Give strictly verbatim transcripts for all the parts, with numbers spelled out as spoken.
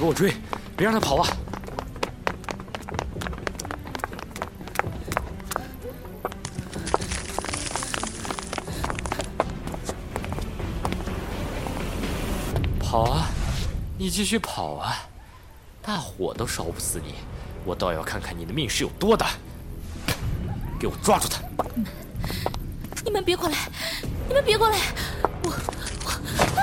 给我追，别让他跑啊！跑啊，你继续跑啊！大火都烧不死你，我倒要看看你的命是有多大！给我抓住他！ 你们别过来！你们别过来！我我、啊、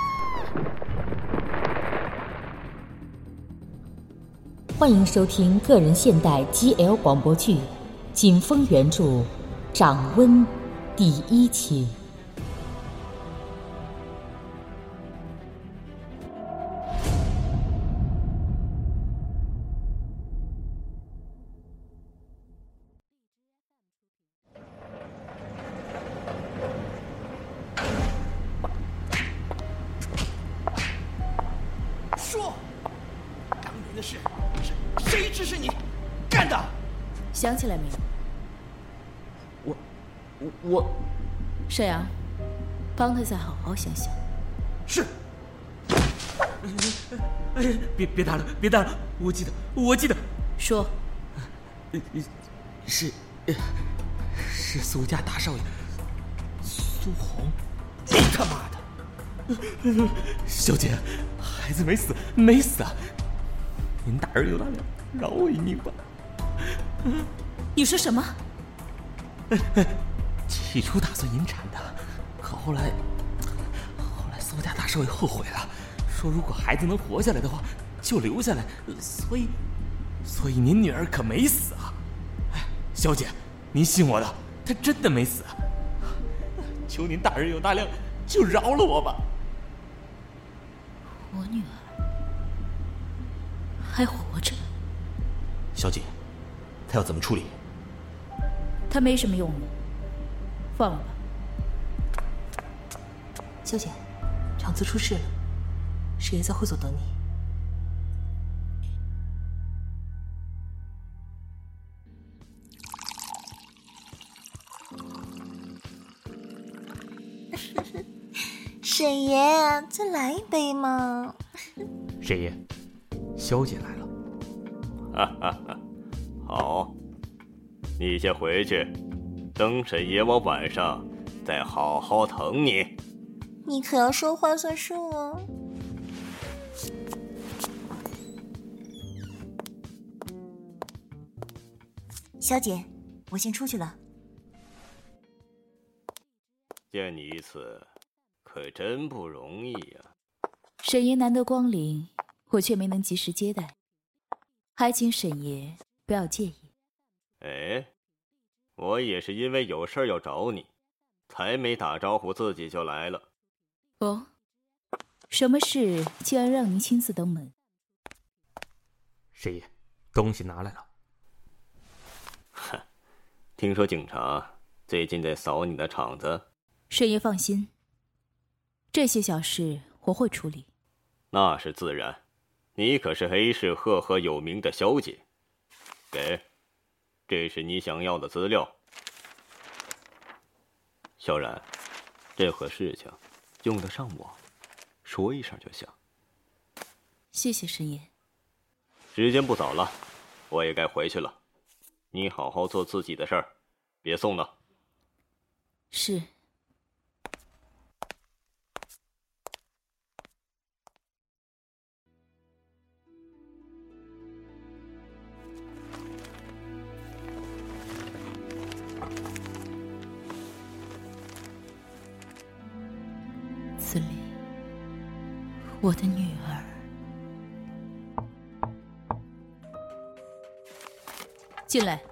欢迎收听个人现代 G L 广播剧，景风原著，掌温第一期。 说，当年的事，是谁指使你干的？ 想起来没有？ 我，我， 沈阳，帮他再好好想想。 是。哎，别别打了，别打了！我记得，我记得。 说。 是，是苏家大少爷苏红。你他妈的！小姐，孩子没死，没死啊！您大人有大量，饶我一命吧。 你说什么？ 起初打算引产的，可后来，后来苏家大少爷后悔了，说如果孩子能活下来的话，就留下来。所以，所以您女儿可没死啊！哎，小姐，您信我的，她真的没死。求您大人有大量，就饶了我吧。 我女儿还活着。 小姐，她要怎么处理？ 她没什么用了，放了吧。 小姐，厂子出事了，师爷在会所等你。 沈爷，再来一杯嘛。 沈爷，萧姐来了。 哈哈哈，好，你先回去，等沈爷我晚上再好好疼你。 你可要说话算数哦。萧姐，我先出去了。 见你一次可真不容易呀、啊！ 沈爷难得光临，我却没能及时接待，还请沈爷不要介意。 哎，我也是因为有事要找你，才没打招呼自己就来了。 哦，什么事竟然让您亲自登门？ 沈爷，东西拿来了。 哼，听说警察最近在扫你的厂子。 沈爷放心，这些小事我会处理。 那是自然，你可是黑市赫赫有名的萧姐。给，这是你想要的资料。萧然，任何事情用得上我，说一声就行。 谢谢沈爷。 时间不早了，我也该回去了。你好好做自己的事儿，别送了。 是。子里，我的女儿。进来。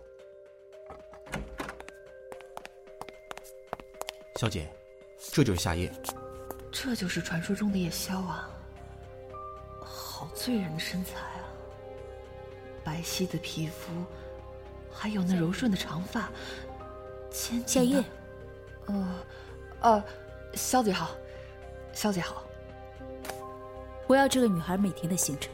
小姐，这就是夏夜。 这就是传说中的夜宵啊！好醉人的身材啊，白皙的皮肤，还有那柔顺的长发，浅夏夜。 呃，呃，萧姐好。萧姐好， 我要这个女孩每天的行程。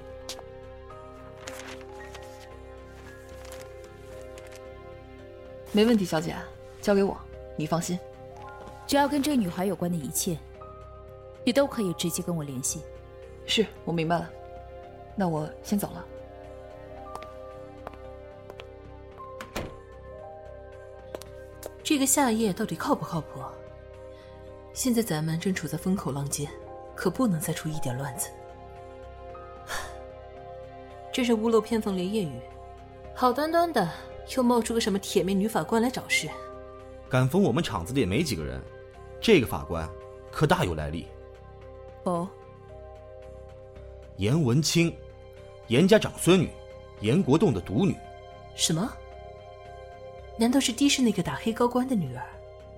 没问题，小姐，交给我，你放心。 只要跟这个女孩有关的一切，你都可以直接跟我联系。 是，我明白了。 那我先走了。 这个夏夜到底靠不靠谱？现在咱们正处在风口浪尖，可不能再出一点乱子。这是屋漏偏逢连夜雨，好端端的又冒出个什么铁面女法官来找事。 敢逢我们场子的也没几个人，这个法官可大有来历。 哦， 严文清，严家长孙女，严国栋的独女。 什么？难道是的士那个打黑高官的女儿？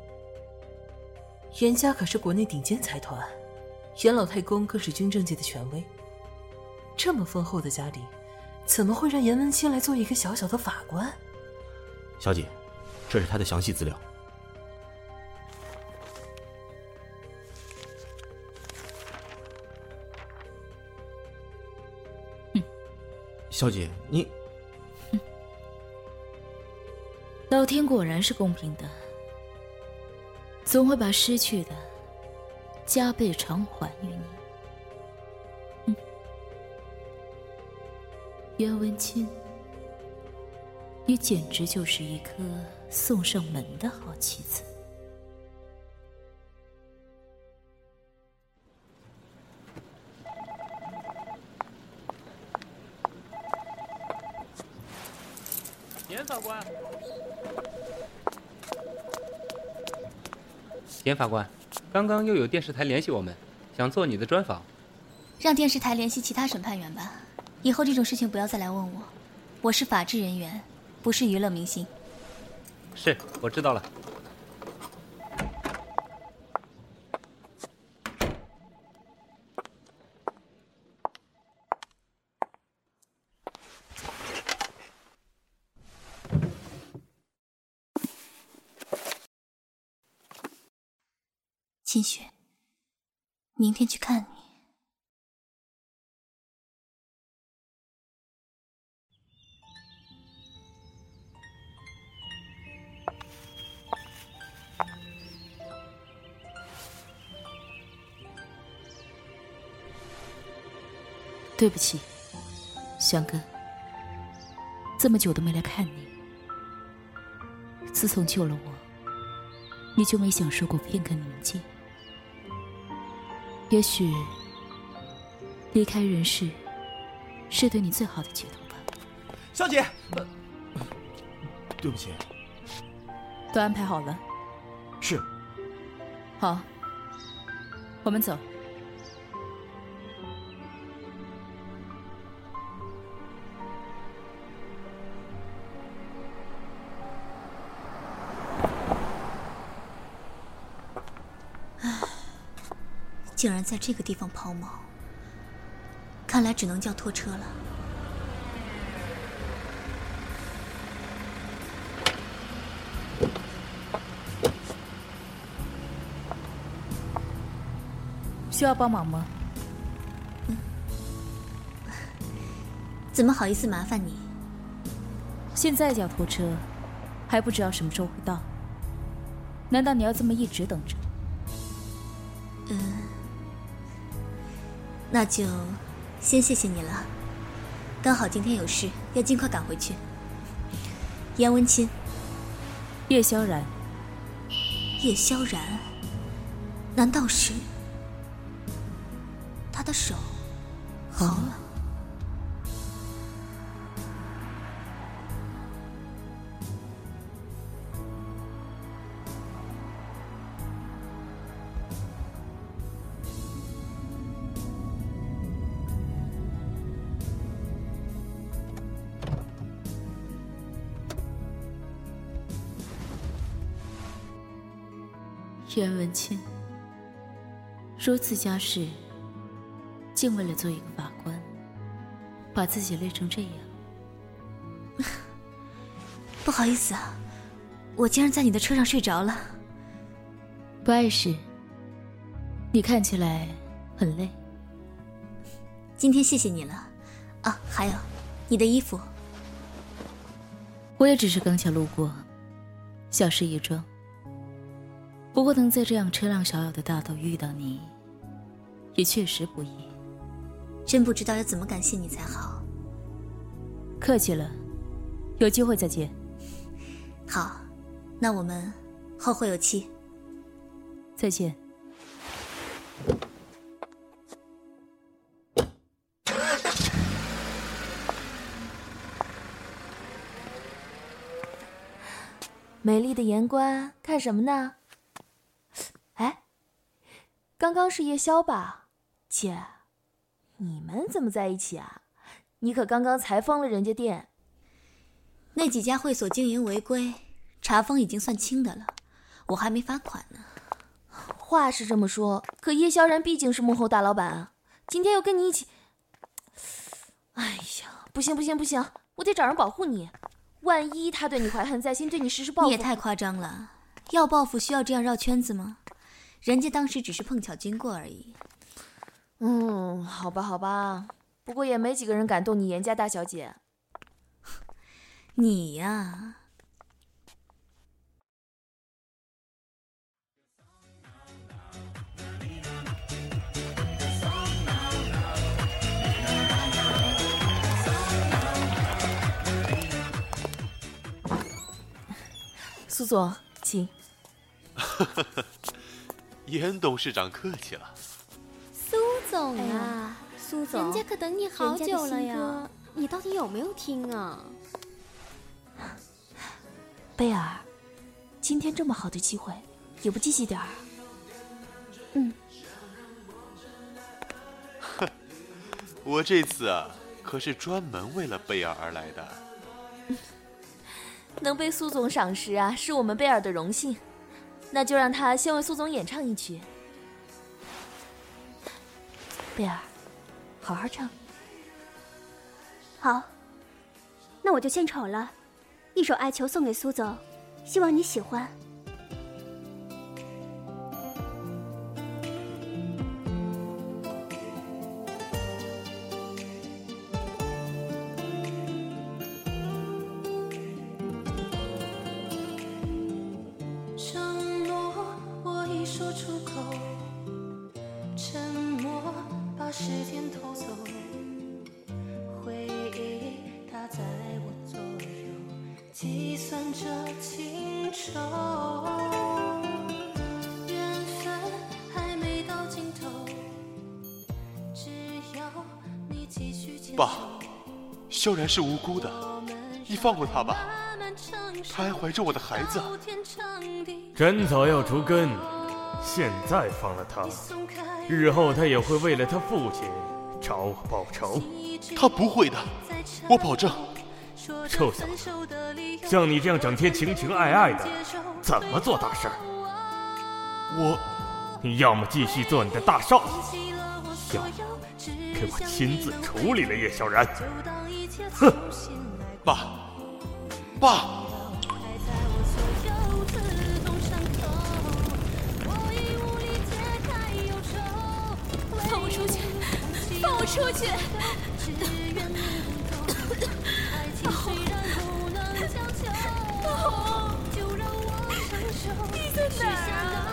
严家可是国内顶尖财团，严老太公更是军政界的权威。这么丰厚的家底，怎么会让严文清来做一个小小的法官？ 小姐，这是他的详细资料。 嗯， 小姐，你…… 嗯，老天果然是公平的，总会把失去的加倍偿还于你。嗯，袁文清，你简直就是一颗送上门的好棋子。 严法官，严法官，刚刚又有电视台联系我们，想做你的专访。 让电视台联系其他审判员吧，以后这种事情不要再来问我。我是法制人员，不是娱乐明星。 是，我知道了。 秦雪，明天去看你。 对不起，翔哥，这么久都没来看你。自从救了我，你就没享受过片刻宁静。也许离开人世是对你最好的解脱吧。 小姐，呃，对不起。 都安排好了？ 是。 好，我们走。 竟然在这个地方抛锚，看来只能叫拖车了。 需要帮忙吗？ 嗯，怎么好意思麻烦你？ 现在叫拖车，还不知道什么时候会到。难道你要这么一直等着？ 嗯。那就先谢谢你了，刚好今天有事，要尽快赶回去。严文清， 叶萧然， 叶萧然，难道是他的手好了？ 袁文清，如此家世，竟为了做一个法官，把自己累成这样。 不好意思啊，我竟然在你的车上睡着了。 不碍事，你看起来很累。 今天谢谢你了。啊，还有，你的衣服。 我也只是刚巧路过，小事一桩。不过能在这样车浪小小的大道遇到你，也确实不易。 真不知道要怎么感谢你才好。 客气了，有机会再见。 好，那我们后会有期。 再见。 美丽的言官，看什么呢？哎，刚刚是夜宵吧？姐，你们怎么在一起啊？你可刚刚才封了人家店。 那几家会所经营违规，查封已经算轻的了，我还没罚款呢。 话是这么说，可叶萧然毕竟是幕后大老板啊，今天又跟你一起……哎呀，不行不行不行，我得找人保护你。万一他对你怀恨在心，对你实施报复…… 你也太夸张了，要报复需要这样绕圈子吗？人家当时只是碰巧经过而已。 嗯，好吧好吧，不过也没几个人敢动你严家大小姐。 你呀。 苏总，请。 严董事长客气了。 苏总啊，哎、苏总，人家可等你好久了呀，你到底有没有听啊？ 贝尔，今天这么好的机会，也不积极点儿。 嗯。 我这次啊，可是专门为了贝尔而来的。 能被苏总赏识啊，是我们贝尔的荣幸。那就让他先为苏总演唱一曲。贝尔，好好唱。 好，那我就献丑了，一首《哀求》送给苏总，希望你喜欢。 爸，萧然是无辜的，你放过他吧，他还怀着我的孩子。 针草要除根，现在放了他，日后他也会为了他父亲找我报仇。 他不会的，我保证。 臭小子，像你这样整天情情爱爱的，怎么做大事儿？ 我， 你要么继续做你的大少爷，要么给我亲自处理了叶萧然。哼！ 爸，爸！ 放我出去！放我出去！你在哪儿？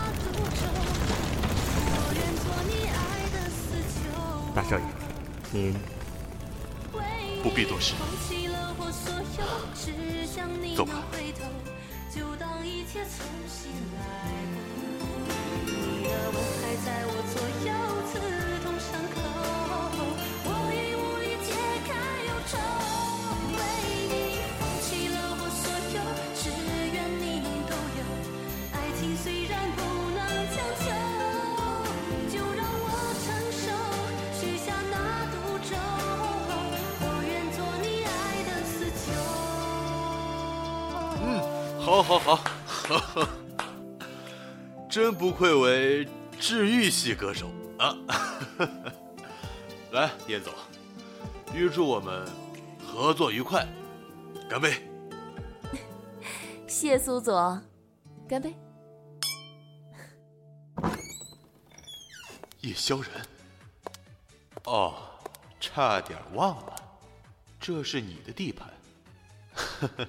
大少爷，您不必多事，走吧。好，好，好，呵呵，真不愧为治愈系歌手啊！来，燕总，预祝我们合作愉快，干杯！ 谢苏总，干杯！ 叶萧然，哦，差点忘了，这是你的地盘。呵呵。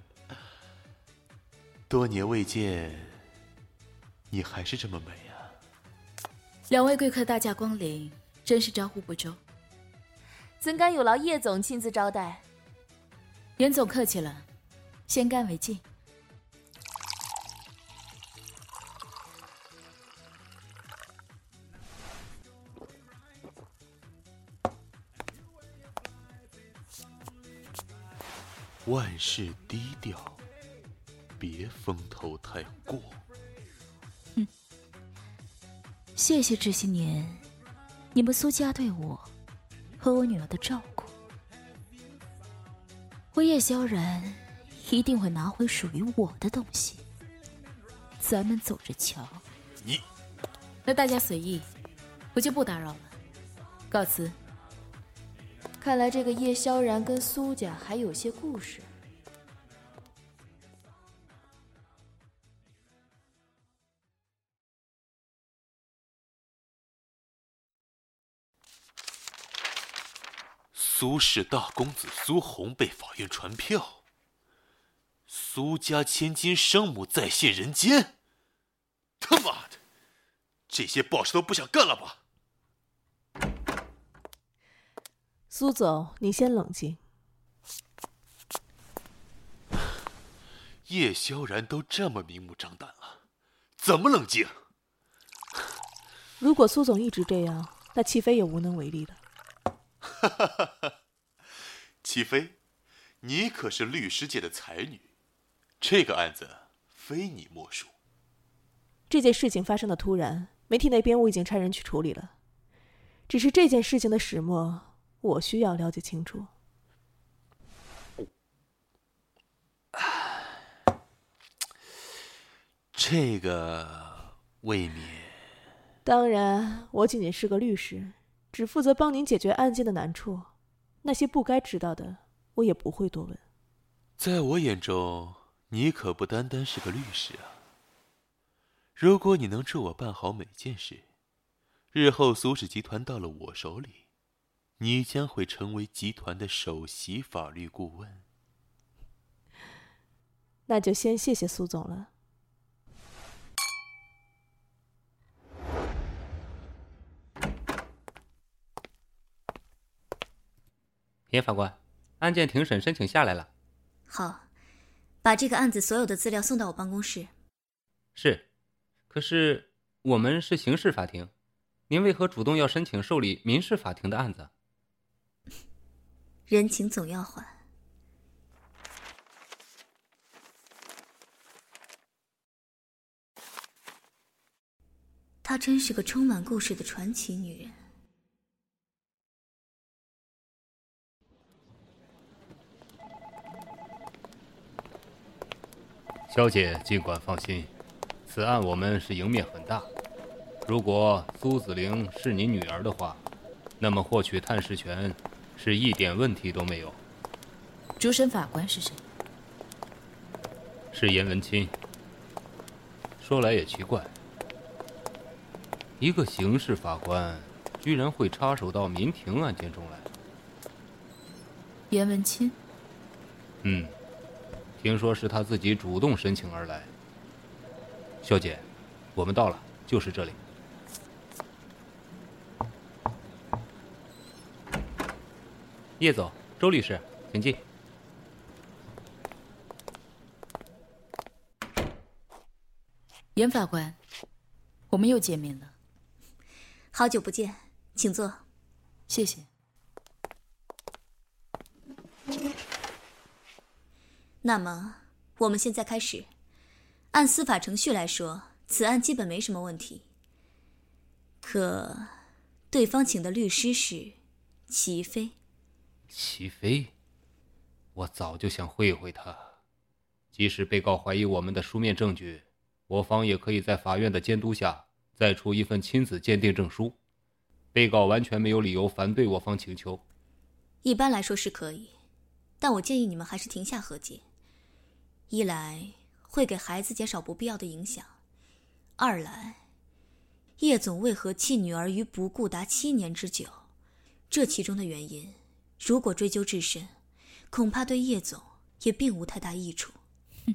多年未见，你还是这么美啊！ 两位贵客大驾光临，真是招呼不周。 怎敢有劳叶总亲自招待？ 严总客气了，先干为敬。 万事低调，别风头太过。 哼，谢谢这些年你们苏家对我和我女儿的照顾。我叶萧然一定会拿回属于我的东西。咱们走着瞧。 你， 那大家随意，我就不打扰了，告辞。 看来这个叶萧然跟苏家还有些故事。 苏氏大公子苏红被法院传票，苏家千金生母再现人间。他妈的，这些报纸都不想干了吧？ 苏总，你先冷静。 叶萧然都这么明目张胆了，怎么冷静？ 如果苏总一直这样，那齐飞也无能为力了。 哈哈哈哈！齐飞，你可是律师界的才女，这个案子非你莫属。 这件事情发生的突然，媒体那边我已经差人去处理了。只是这件事情的始末，我需要了解清楚。 这个未免…… 当然，我仅仅是个律师，只负责帮您解决案件的难处。那些不该知道的，我也不会多问。 在我眼中，你可不单单是个律师啊。如果你能助我办好每件事，日后苏氏集团到了我手里，你将会成为集团的首席法律顾问。 那就先谢谢苏总了。 严法官，案件庭审申请下来了。 好，把这个案子所有的资料送到我办公室。 是，可是我们是刑事法庭，您为何主动要申请受理民事法庭的案子？ 人情总要还。她真是个充满故事的传奇女人。 小姐尽管放心，此案我们是赢面很大。如果苏子玲是你女儿的话，那么获取探视权是一点问题都没有。 主审法官是谁？ 是严文清。说来也奇怪，一个刑事法官居然会插手到民庭案件中来。 严文清？ 嗯。听说是他自己主动申请而来。小姐，我们到了，就是这里。 叶总，周律师，请进。 严法官，我们又见面了。 好久不见，请坐。 谢谢。 那么，我们现在开始。按司法程序来说，此案基本没什么问题。可，对方请的律师是齐飞。 齐飞，我早就想会会他。即使被告怀疑我们的书面证据，我方也可以在法院的监督下再出一份亲子鉴定证书。被告完全没有理由反对我方请求。 一般来说是可以，但我建议你们还是停下和解。一来会给孩子减少不必要的影响，二来叶总为何弃女儿于不顾达七年之久，这其中的原因如果追究至深，恐怕对叶总也并无太大益处。 哼，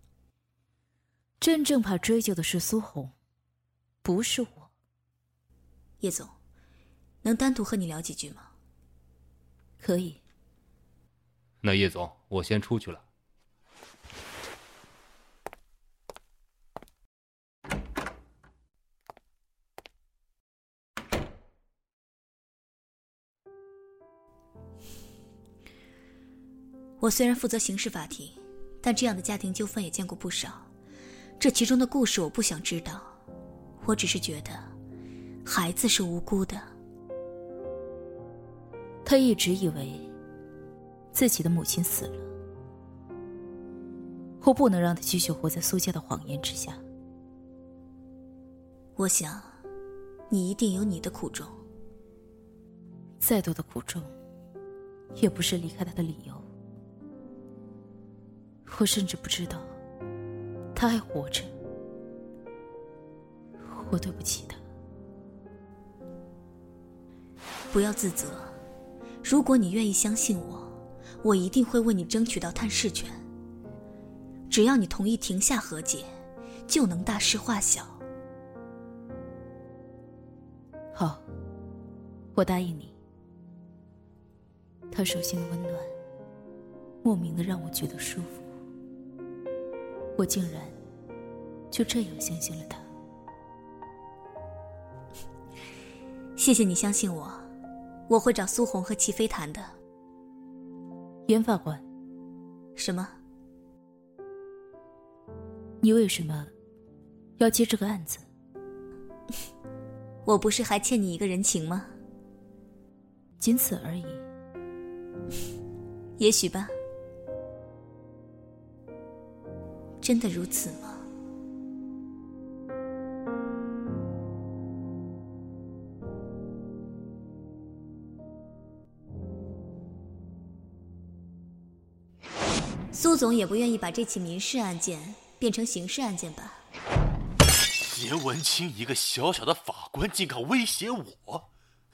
真正怕追究的是苏红，不是我。 叶总，能单独和你聊几句吗？ 可以。 那叶总，我先出去了。 我虽然负责刑事法庭，但这样的家庭纠纷也见过不少。这其中的故事我不想知道，我只是觉得孩子是无辜的。 他一直以为自己的母亲死了，我不能让他继续活在苏家的谎言之下。 我想你一定有你的苦衷， 再多的苦衷也不是离开他的理由。我甚至不知道他还活着，我对不起他。 不要自责，如果你愿意相信我，我一定会为你争取到探视权。只要你同意停下和解，就能大事化小。 好，我答应你。他手心的温暖莫名的让我觉得舒服，我竟然就这样相信了他。 谢谢你相信我，我会找苏红和齐飞谈的。 严法官。 什么？ 你为什么要接这个案子？ 我不是还欠你一个人情吗？ 仅此而已。 也许吧。真的如此吗？苏总也不愿意把这起民事案件变成刑事案件吧？ 严文清一个小小的法官竟敢威胁我！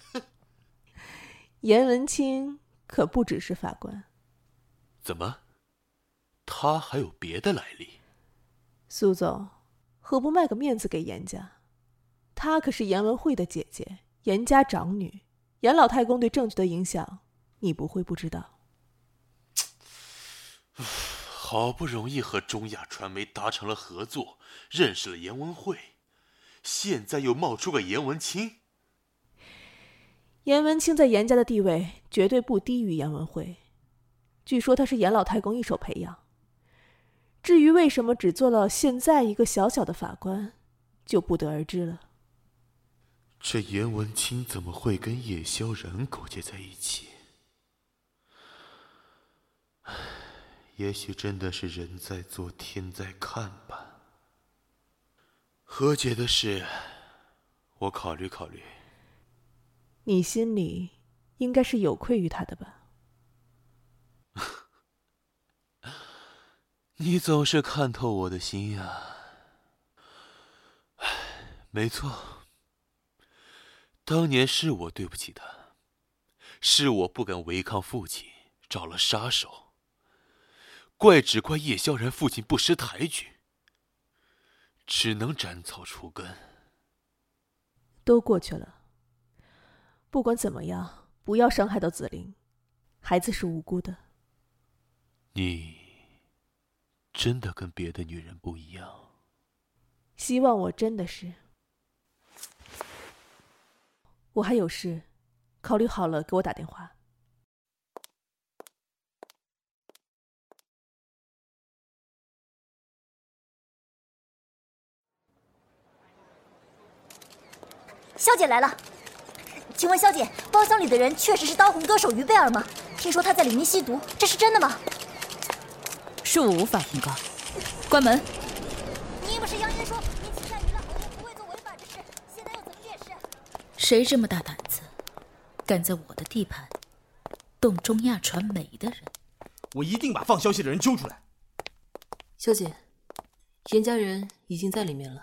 严文清可不只是法官。 怎么？他还有别的来历？ 苏总，何不卖个面子给严家？她可是严文慧的姐姐，严家长女。严老太公对证据的影响，你不会不知道。 好不容易和中亚传媒达成了合作，认识了严文慧，现在又冒出个严文清。 严文清在严家的地位绝对不低于严文慧，据说他是严老太公一手培养。至于为什么只做到现在一个小小的法官，就不得而知了。 这严文清怎么会跟叶萧然勾结在一起？也许真的是人在做天在看吧。和解的事，我考虑考虑。 你心里应该是有愧于他的吧？ 你总是看透我的心呀。没错，当年是我对不起他，是我不敢违抗父亲，找了杀手。怪只怪叶萧然父亲不识抬举，只能斩草除根。 都过去了，不管怎么样，不要伤害到子玲，孩子是无辜的。 你真的跟别的女人不一样。 希望我真的是。我还有事，考虑好了给我打电话。 肖姐来了，请问肖姐，包厢里的人确实是当红歌手于贝尔吗？听说他在里面吸毒，这是真的吗？ 恕我无法控告，关门。 你不是扬言说你旗下娱乐行业不会做违法的事，现在又怎么解释？ 谁这么大胆子，敢在我的地盘动中亚传媒的人？ 我一定把放消息的人揪出来。 肖姐，严家人已经在里面了。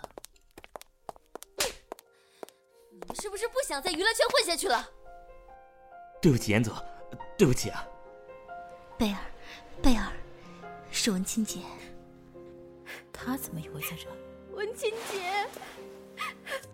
你是不是不想在娱乐圈混下去了？ 对不起，严总，对不起啊。 贝尔，贝尔，是文清姐。 她怎么也会在这儿？ 文清姐，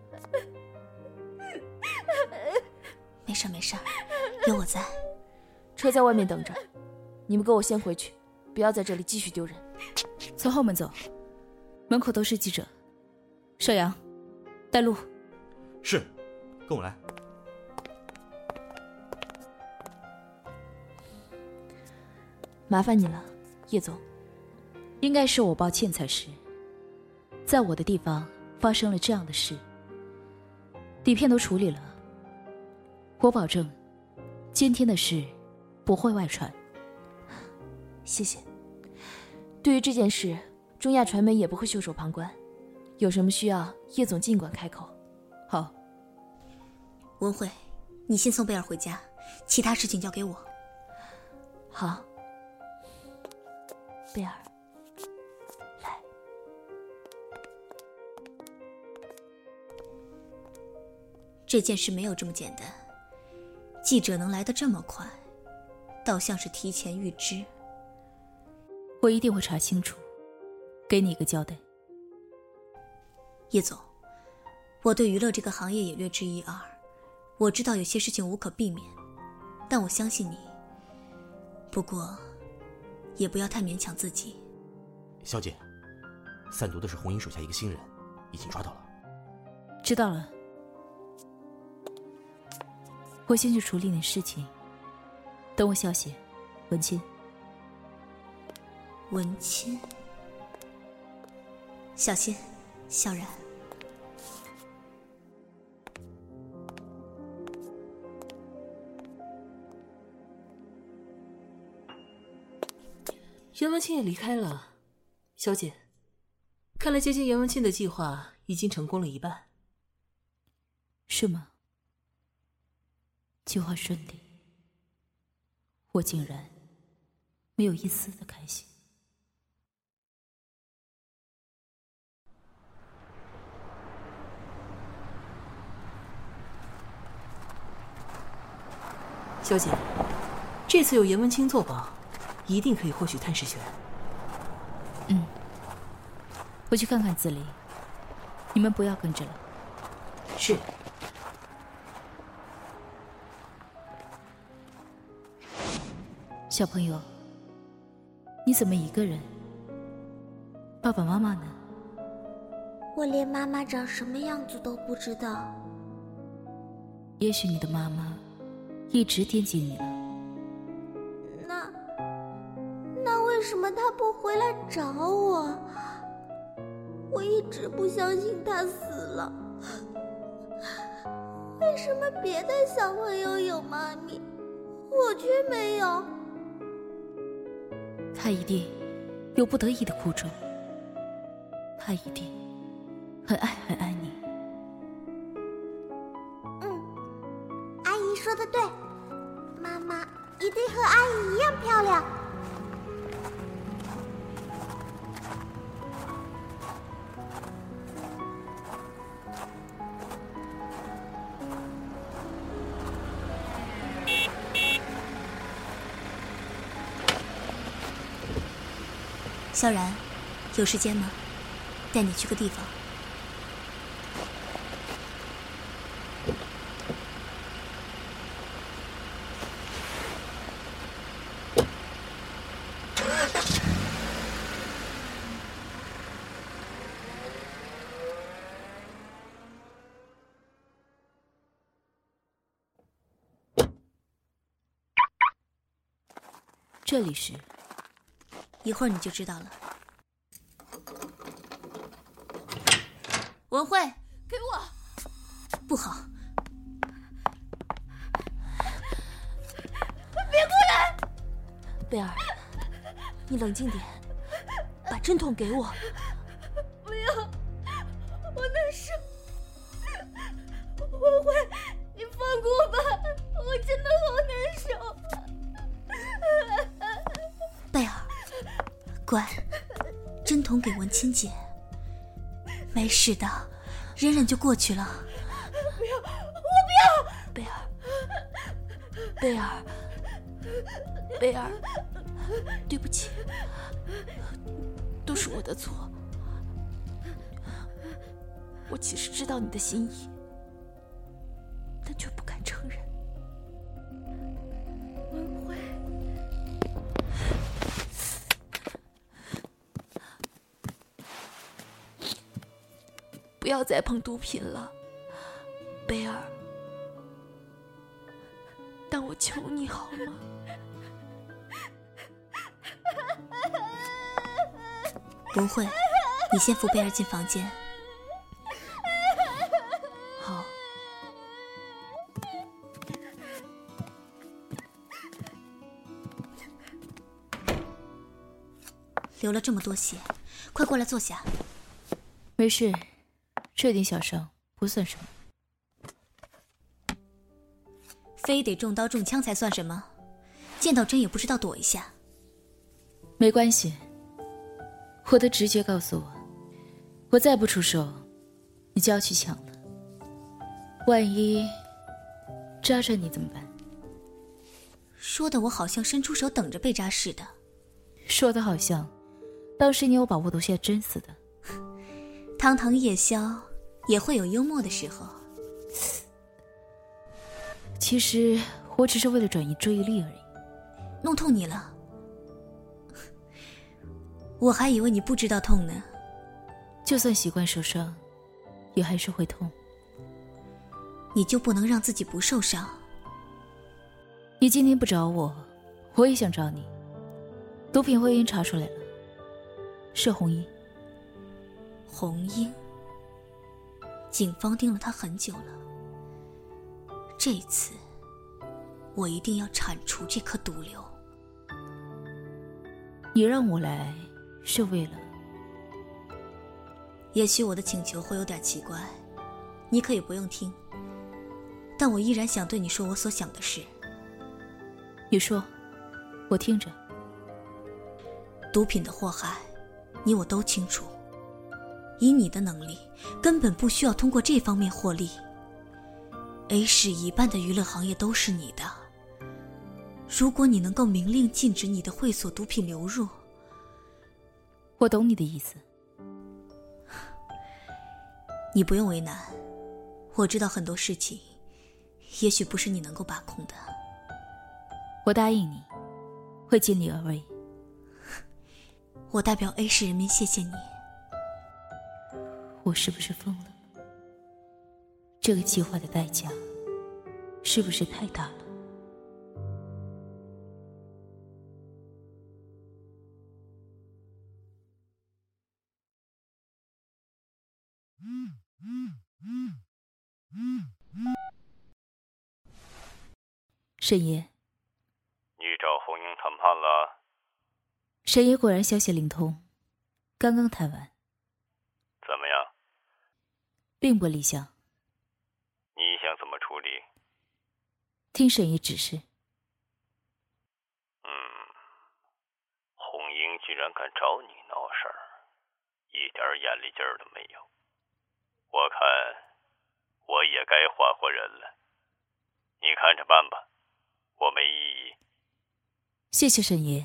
没事没事，有我在。 车在外面等着，你们跟我先回去，不要在这里继续丢人。 从后门走，门口都是记者。邵阳，带路。 是，跟我来。 麻烦你了，叶总。 应该是我抱歉才是，在我的地方发生了这样的事，底片都处理了，我保证今天的事不会外传。 谢谢。对于这件事，中亚传媒也不会袖手旁观，有什么需要，叶总尽管开口。 好。 文慧，你先送贝尔回家，其他事情交给我。 好。贝尔，来。 这件事没有这么简单，记者能来得这么快，倒像是提前预知。 我一定会查清楚，给你一个交代。 叶总，我对娱乐这个行业也略知一二，我知道有些事情无可避免，但我相信你。不过也不要太勉强自己。 小姐，散毒的是红衣手下一个新人，已经抓到了。 知道了，我先去处理点事情，等我消息。文清。 文清，小心，萧然。 严文清也离开了，小姐，看来接近严文清的计划已经成功了一半。 是吗？计划顺利，我竟然没有一丝的开心。 小姐，这次有严文清作保，一定可以获取探视权。 嗯，我去看看子离，你们不要跟着了。 是。 小朋友，你怎么一个人？爸爸妈妈呢？ 我连妈妈长什么样子都不知道。 也许你的妈妈一直惦记你了。 那那为什么她不回来找我？我一直不相信她死了。为什么别的小朋友有妈咪，我却没有？ 他一定有不得已的苦衷，他一定很爱很爱你。 嗯，阿姨说的对，妈妈一定和阿姨一样漂亮。 萧然，有时间吗？带你去个地方。 这里是。 一会儿你就知道了。文慧， 给我！ 不好！ 别过来！贝尔，你冷静点，把针筒给我。 不要，我难受。文慧，你放过吧，我真的好难受。 贝尔。乖，针筒给文清姐，没事的，忍忍就过去了。 不要，我不要！ 贝尔，贝尔，贝尔，对不起，都是我的错。我其实知道你的心意，但却不敢承认。 文慧。 要再碰毒品了，贝尔，但我求你好吗？ 不会，你先扶贝尔进房间。 好。 流了这么多血，快过来坐下。 没事，这点小伤不算什么。 非得中刀中枪才算什么？见到针也不知道躲一下。 没关系，我的直觉告诉我，我再不出手，你就要去抢了。万一扎着你怎么办？ 说的我好像伸出手等着被扎似的。 说的好像当时你有把我夺下针似的。 堂堂夜宵也会有幽默的时候。 其实我只是为了转移注意力而已。 弄痛你了？我还以为你不知道痛呢。 就算习惯受伤，也还是会痛。 你就不能让自己不受伤？ 你今天不找我，我也想找你。毒品会因查出来了，是红英。 红英，警方盯了他很久了。这次，我一定要铲除这颗毒瘤。 你让我来，是为了…… 也许我的请求会有点奇怪，你可以不用听，但我依然想对你说我所想的事。 你说，我听着。 毒品的祸害，你我都清楚。以你的能力，根本不需要通过这方面获利。A 市一半的娱乐行业都是你的。如果你能够明令禁止你的会所毒品流入， 我懂你的意思。 你不用为难，我知道很多事情，也许不是你能够把控的。 我答应你，会尽力而为。 我代表 A 市人民谢谢你。 我是不是疯了？这个计划的代价是不是太大了？沈爷， 你找红英谈判了？ 沈爷果然消息灵通，刚刚谈完。 怎么样？ 并不理想。 你想怎么处理？ 听沈爷指示。 嗯，红英居然敢找你闹事儿，一点眼力劲儿都没有。我看我也该换换人了，你看着办吧，我没异议。 谢谢沈爷。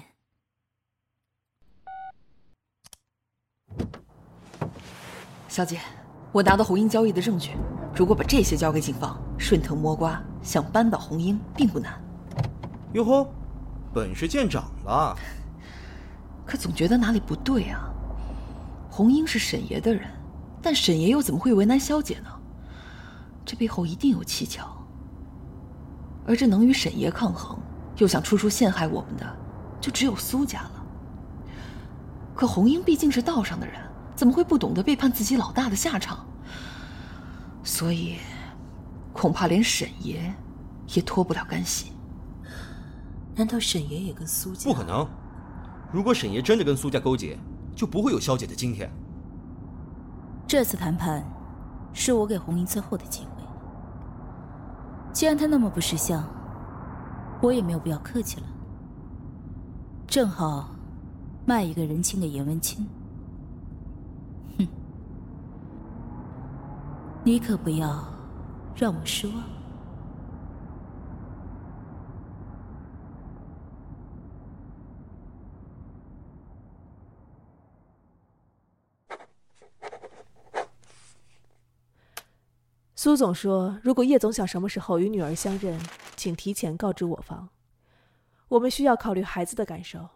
小姐，我拿到红英交易的证据，如果把这些交给警方，顺藤摸瓜，想扳倒红英并不难。 哟吼，本事见长了。 可总觉得哪里不对啊。红英是沈爷的人，但沈爷又怎么会为难萧姐呢？这背后一定有蹊跷。而这能与沈爷抗衡，又想处处陷害我们的，就只有苏家了。可红英毕竟是道上的人，怎么会不懂得背叛自己老大的下场？所以，恐怕连沈爷也脱不了干系。 难道沈爷也跟苏家？ 不可能！如果沈爷真的跟苏家勾结，就不会有萧姐的今天。 这次谈判，是我给红英最后的机会。既然他那么不识相，我也没有必要客气了。正好卖一个人情给严文清。哼，你可不要让我失望。 苏总说，如果叶总想什么时候与女儿相认，请提前告知我方。我们需要考虑孩子的感受。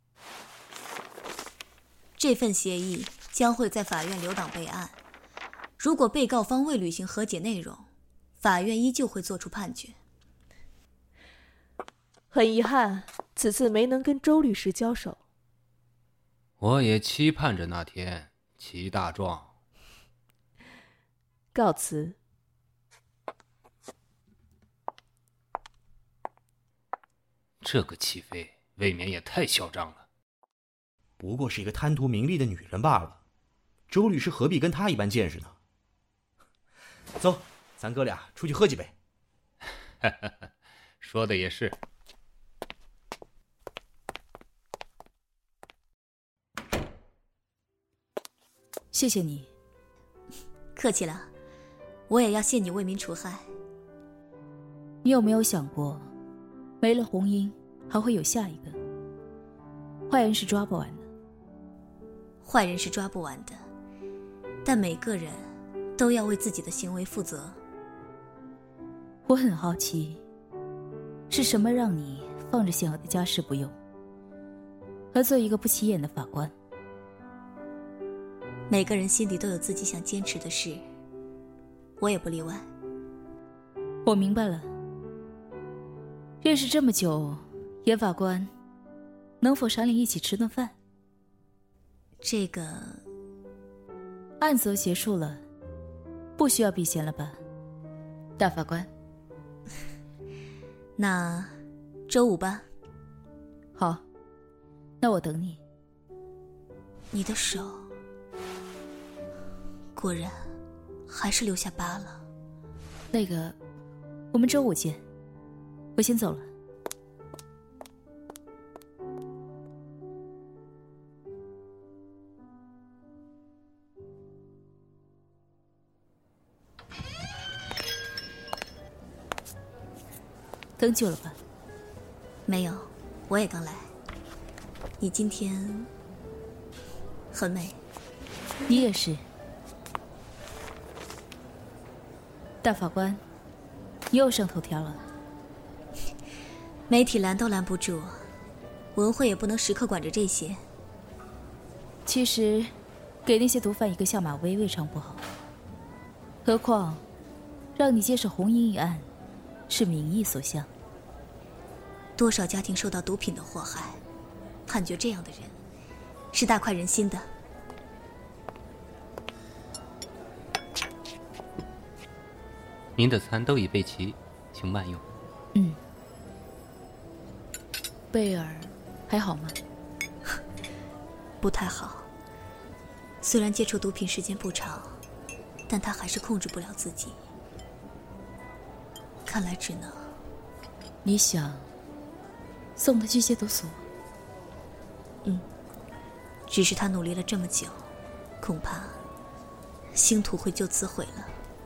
这份协议将会在法院留档备案。 如果被告方未履行和解内容，法院依旧会作出判决。 很遗憾，此次没能跟周律师交手。 我也期盼着那天，齐大壮。 告辞。 这个齐飞未免也太嚣张了。 不过是一个贪图名利的女人罢了，周律师何必跟她一般见识呢？走，咱哥俩出去喝几杯。 说的也是。 谢谢你。 客气了，我也要谢你为民除害。 你有没有想过，没了红英还会有下一个？坏人是抓不完的。 坏人是抓不完的，但每个人都要为自己的行为负责。 我很好奇，是什么让你放着现有的家事不用，而做一个不起眼的法官？ 每个人心里都有自己想坚持的事，我也不例外。 我明白了。认识这么久，严法官，能否赏你一起吃顿饭？ 这个案子都结束了，不需要避嫌了吧，大法官？ 那周五吧。 好，那我等你。 你的手果然还是留下疤了。 那个，我们周五见，我先走了。等久了吧？ 没有，我也刚来。你今天很美。 你也是。大法官，你又上头条了。 媒体拦都拦不住，文慧也不能时刻管着这些。 其实，给那些毒贩一个下马威未尝不好。何况，让你接手红英一案，是民意所向。 多少家庭受到毒品的祸害，判决这样的人，是大快人心的。 您的餐都已备齐，请慢用。 嗯。贝尔还好吗？ 不太好。虽然接触毒品时间不长，但他还是控制不了自己。看来只能…… 你想送他去戒毒所？ 嗯。只是他努力了这么久，恐怕星途会就此毁了。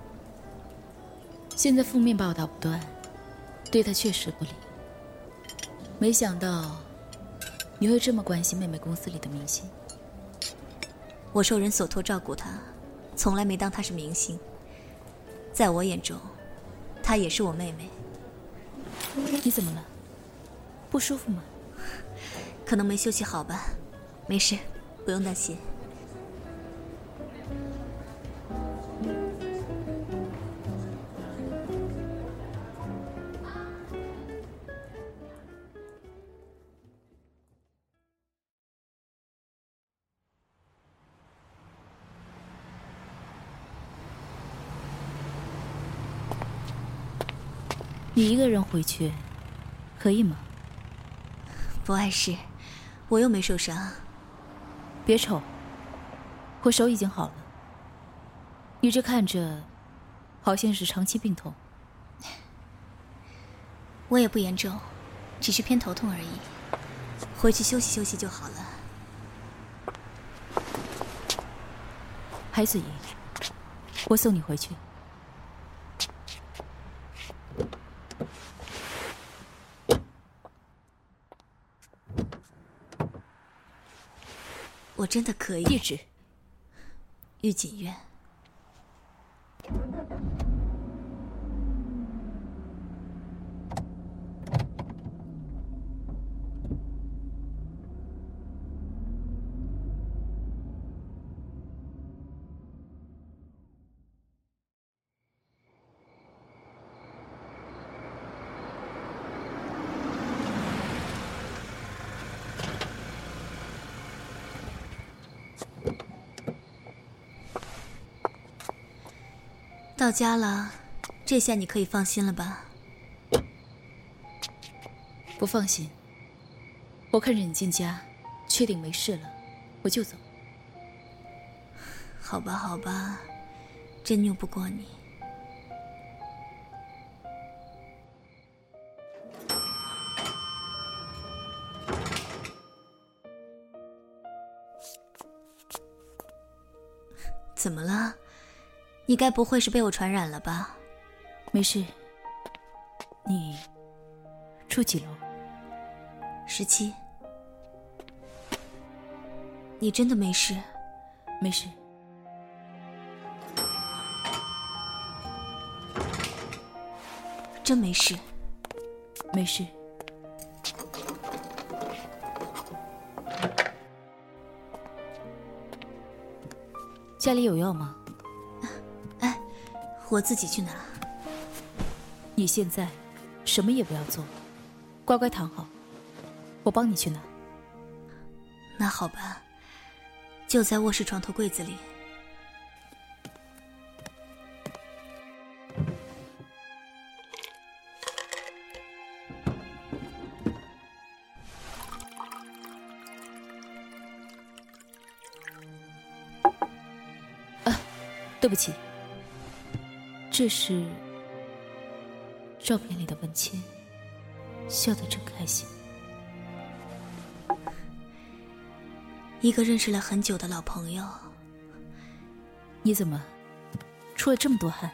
现在负面报道不断，对他确实不利。没想到你会这么关心妹妹公司里的明星。 我受人所托照顾她，从来没当她是明星。在我眼中，她也是我妹妹。 你怎么了？不舒服吗？ 可能没休息好吧。没事，不用担心。 你一个人回去，可以吗？ 不碍事，我又没受伤。 别瞅，我手已经好了。你这看着，好像是长期病痛。 我也不严重，只是偏头痛而已。回去休息休息就好了。 海子怡，我送你回去。 我真的可以。 地址： 御锦院。 到家了，这下你可以放心了吧？ 不放心。我看着你进家，确定没事了，我就走。 好吧，好吧，真拗不过你。怎么了？你该不会是被我传染了吧？ 没事。你住几楼？ 十七。你真的没事？ 没事。 真没事？ 没事。家里有药吗？ 哎，我自己去拿。 你现在什么也不要做，乖乖躺好，我帮你去拿。 那好吧，就在卧室床头柜子里。 对不起，这是照片里的文谦，笑得真开心。 一个认识了很久的老朋友。 你怎么出了这么多汗？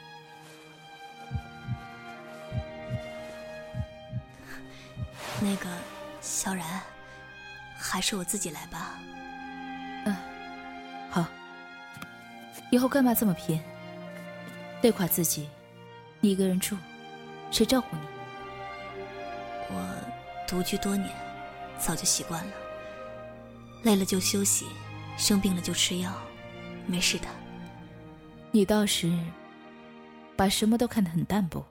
那个小然，还是我自己来吧。 嗯，好。以后干嘛这么偏？累垮自己，你一个人住，谁照顾你？ 我独居多年，早就习惯了。累了就休息，生病了就吃药，没事的。 你倒是把什么都看得很淡薄。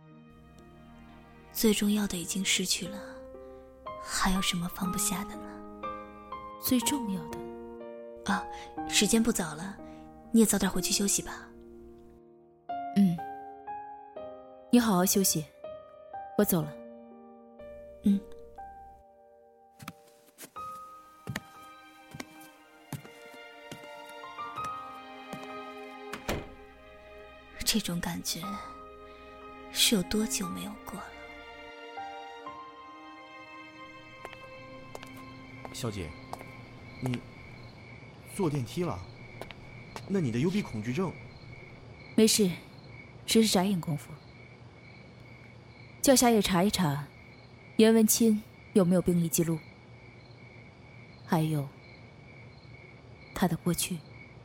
最重要的已经失去了，还有什么放不下的呢？ 最重要的啊，时间不早了。你也早点回去休息吧。 嗯，你好好休息，我走了。 嗯。这种感觉是有多久没有过了？ 小姐，你坐电梯了？那你的幽闭恐惧症？ 没事，只是眨眼功夫。叫夏夜查一查严文清有没有病历记录，还有他的过去。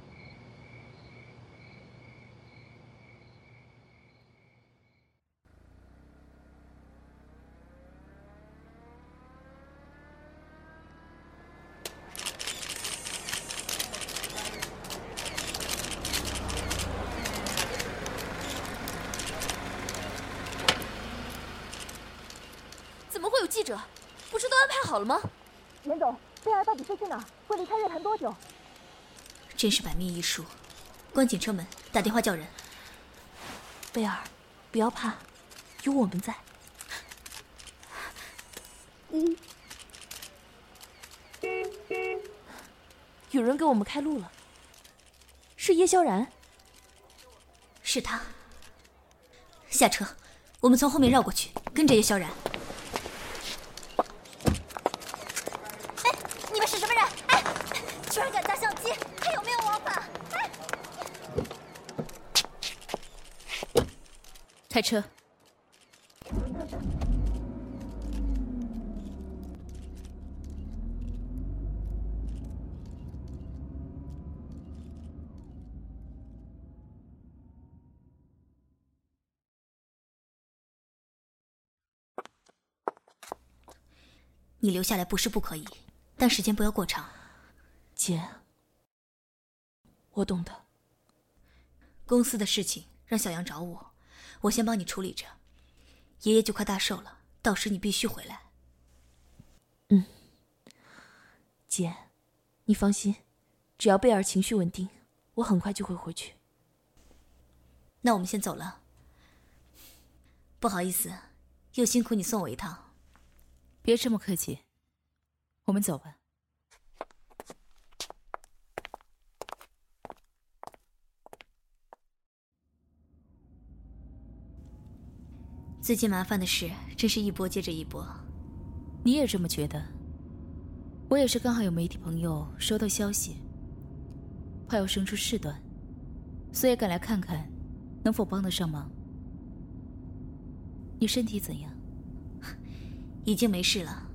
记者，不是都安排好了吗？ 严总，贝儿到底飞去哪？会离开乐坛多久？ 真是百密一疏。关紧车门，打电话叫人。 贝儿，不要怕，有我们在。嗯。有人给我们开路了，是叶萧然。 是他。下车，我们从后面绕过去，跟着叶萧然。 是什么人？哎，居然敢砸相机，还有没有王法？哎！ 开车。 你留下来不是不可以。但时间不要过长。 姐，我懂的。 公司的事情让小杨找我，我先帮你处理着。爷爷就快大寿了，到时你必须回来。 嗯，姐，你放心，只要贝尔情绪稳定，我很快就会回去。 那我们先走了。不好意思，又辛苦你送我一趟。 别这么客气，我们走吧。 最近麻烦的事真是一波接着一波。 你也这么觉得？我也是刚好有媒体朋友收到消息，怕要生出事端，所以赶来看看能否帮得上忙。你身体怎样？ 已经没事了。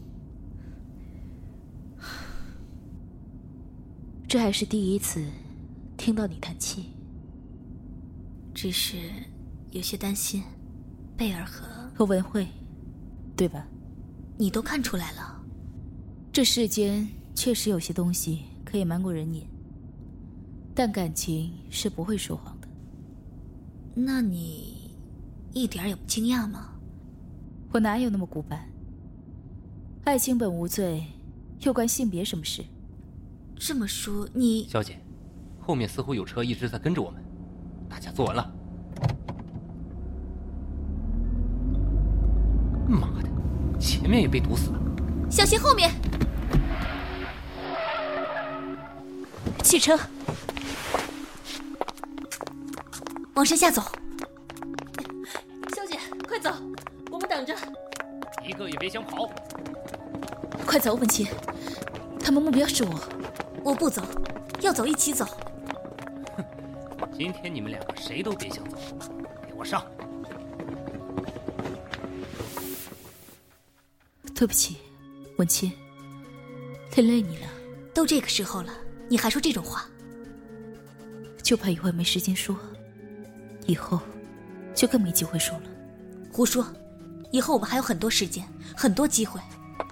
这还是第一次听到你叹气， 只是有些担心贝尔和和文慧，对吧？ 你都看出来了。 这世间确实有些东西可以瞒过人眼，但感情是不会说谎的。 那你一点也不惊讶吗？ 我哪有那么古板？爱情本无罪，又关性别什么事？ 这么说你…… 小姐，后面似乎有车一直在跟着我们，大家坐稳了。妈的，前面也被堵死了。 小心后面！ 汽车， 往山下走。 小姐，快走，我们等着。 一个也别想跑！ 快走，文清，他们目标是我。 我不走，要走一起走。 哼，今天你们两个谁都别想走，给我上！ 对不起，文清，连累你了。 都这个时候了，你还说这种话？ 就怕一会儿没时间说，以后就更没机会说了。 胡说，以后我们还有很多时间，很多机会。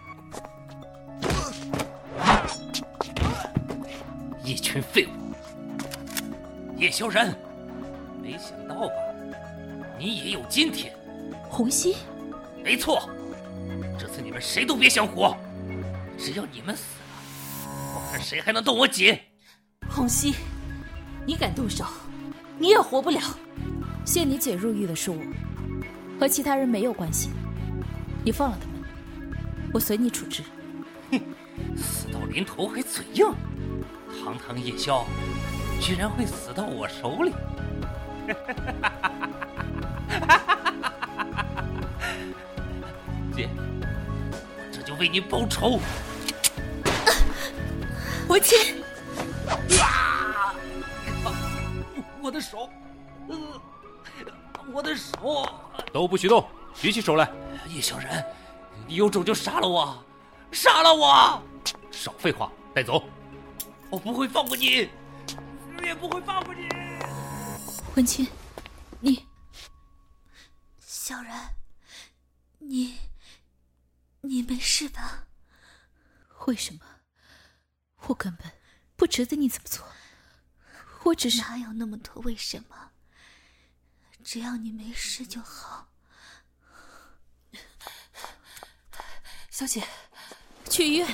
一群废物！叶萧然，没想到吧？你也有今天。 红熙， 没错，这次你们谁都别想活，只要你们死了，我看谁还能动我姐。 红熙，你敢动手，你也活不了。 陷你姐入狱的是我，和其他人没有关系。你放了他们，我随你处置。 哼，死到临头还嘴硬，堂堂叶萧，居然会死到我手里。姐，我这就为你报仇。 文清， 啊！我的手，呃，我的手！ 都不许动，举起手来！ 叶小然，你有种就杀了我，杀了我！ 少废话，带走！ 我不会放过你，我也不会放过你。 文清，你， 小然，你，你没事吧？ 为什么？我根本不值得你这么做，我只是…… 哪有那么多为什么？只要你没事就好。 小姐， 去医院。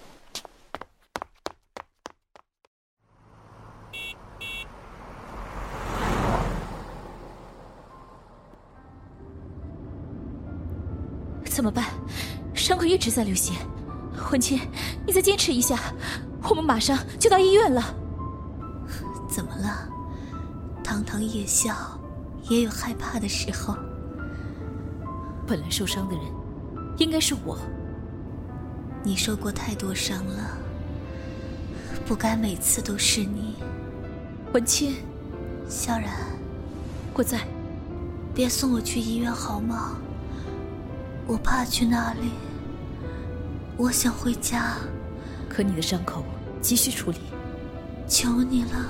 怎么办？伤口一直在流血。文清，你再坚持一下，我们马上就到医院了。 怎么了？堂堂叶萧也有害怕的时候。 本来受伤的人应该是我。 你受过太多伤了，不该每次都是你。 文清， 萧然， 我在。 别送我去医院好吗？我怕去那里。我想回家。 可你的伤口急需处理。 求你了。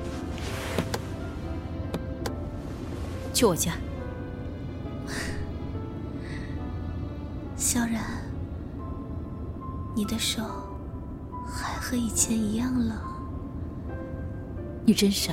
去我家。 萧然，你的手还和以前一样冷。 你真傻。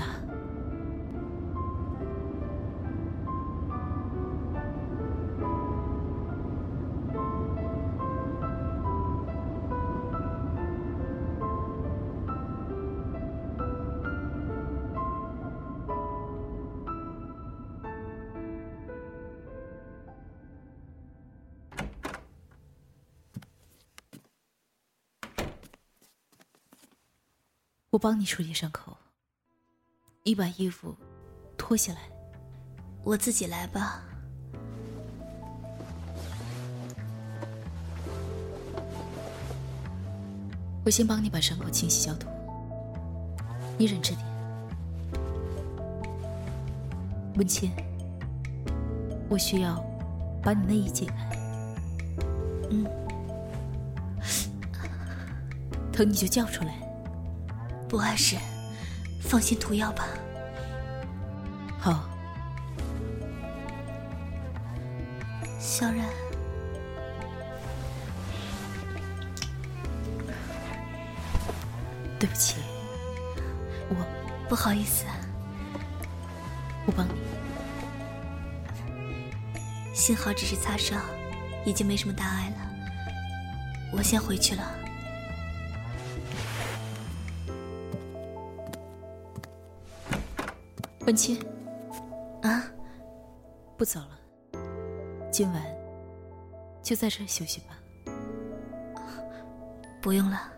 我帮你处理伤口。你把衣服脱下来。 我自己来吧。 我先帮你把伤口清洗消毒，你忍着点。文谦，我需要把你内衣解开。 嗯， 疼你就叫出来。 不碍事，放心涂药吧。 好。 萧然， 对不起，我不好意思。 我帮你。 幸好只是擦伤，已经没什么大碍了。我先回去了。 文谦， 啊， 不走了，今晚就在这儿休息吧。 不用了。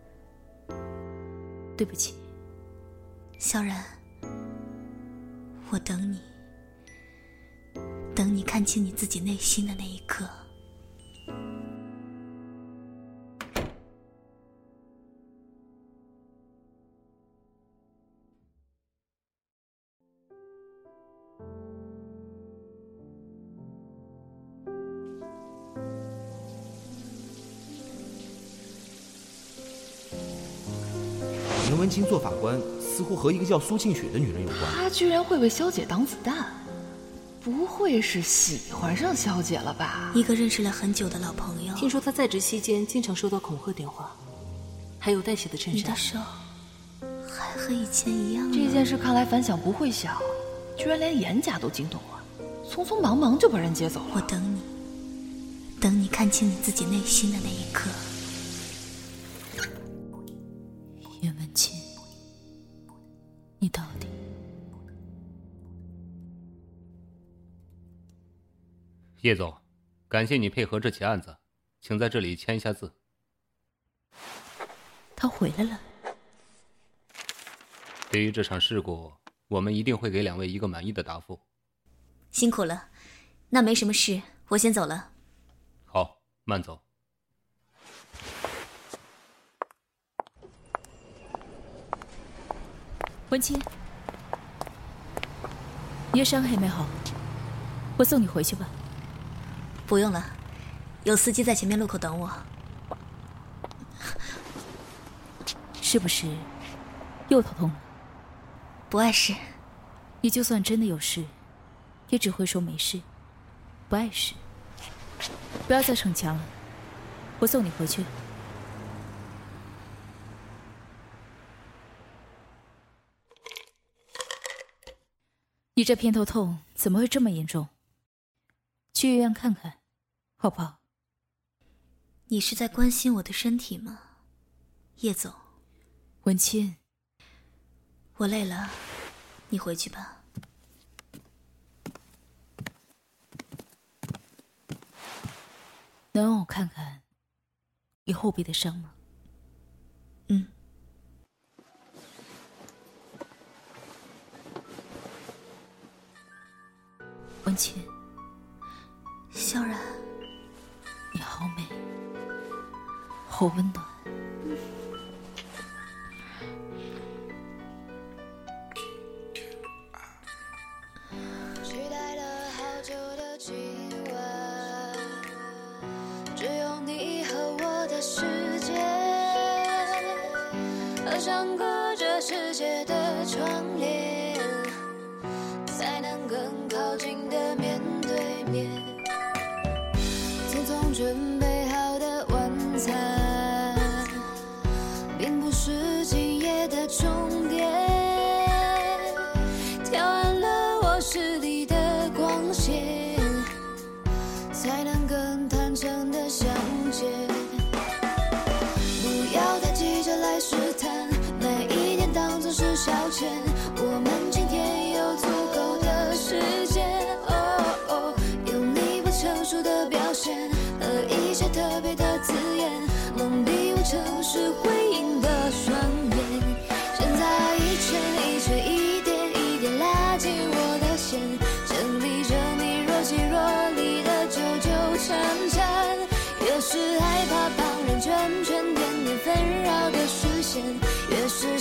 对不起， 萧然，我等你，等你看清你自己内心的那一刻。 严文清做法官，似乎和一个叫苏庆雪的女人有关。 他居然会为萧姐挡子弹，不会是喜欢上萧姐了吧？ 一个认识了很久的老朋友。 听说他在职期间经常收到恐吓电话，还有带血的衬衫。 你的手还和以前一样。 这件事看来反响不会小，居然连严家都惊动了，匆匆忙忙就把人接走了。 我等你，等你看清你自己内心的那一刻。 严文清，你到底…… 叶总，感谢你配合这起案子，请在这里签一下字。 他回来了。 对于这场事故，我们一定会给两位一个满意的答复。 辛苦了，那没什么事，我先走了。 好，慢走。 文清，你的伤还没好，我送你回去吧。 不用了，有司机在前面路口等我。 是不是又头痛了？ 不碍事。 你就算真的有事，也只会说没事，不碍事。不要再逞强了，我送你回去。你这偏头痛怎么会这么严重？去医院看看，好不好？ 你是在关心我的身体吗，叶总？ 文清， 我累了，你回去吧。 能让我看看你后背的伤吗？ 嗯。 文清， 萧然， 你好美，好温暖。 期待了好久的今晚，只有你和我的世界，好像隔着世界的窗帘，才能更靠近的面对面。自从准备好的晚餐，并不是今夜的终点，调暗了我视力的光线，才能更坦诚的相见。不要再急着来试探，每一天当作是消遣，我们今天有足够的时间。哦哦，有你不成熟的表现和一些特别的字眼，蒙蔽我城市回应的双眼。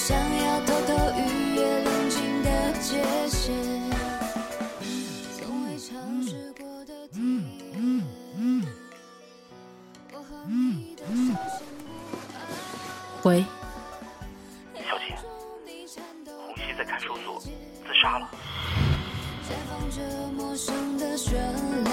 想要偷偷逾越冷静的界限，从未尝试过的体验。我和你的手牵不喂， 小姐，红熙在看守所自杀了。 绽放着陌生的绚烂，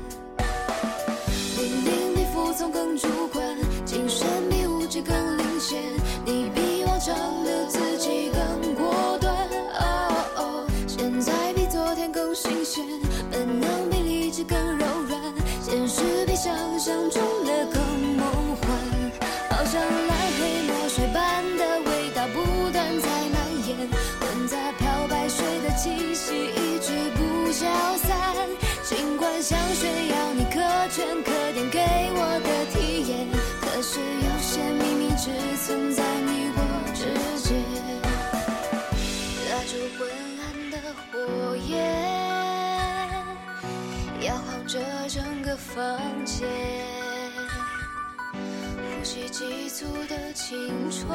明明比服从更主观，精神比物质更领先，你比往常的自己更果断。哦哦，现在比昨天更新鲜，本能比理智更柔软，现实比想象中的更梦幻，好像蓝黑墨水般的味道不断在蔓延，混杂漂白水的气息一直不消散，尽管想炫耀你可圈可点给我的体验，可是有些秘密只存在你我之间，蜡烛昏暗的火焰摇晃着整个房间，呼吸急促的青春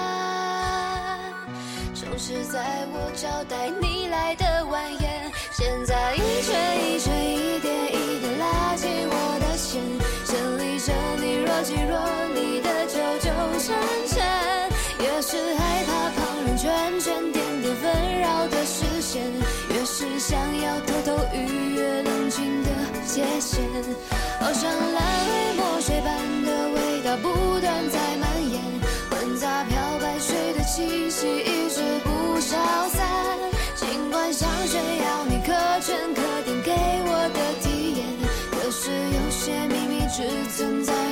充斥在我招待你来的晚宴，现在一圈一圈一点一点拉近我的线，整理着你若即若离的久久缠缠，越是害怕旁人圈圈点点纷扰的视线，越是想要偷偷逾越冷静的界限，好像蓝黑墨水般的味道不断在蔓延，混杂漂白水的气息一直不消散，尽管想炫耀你可圈可点给我的体验，可是有些秘密只存在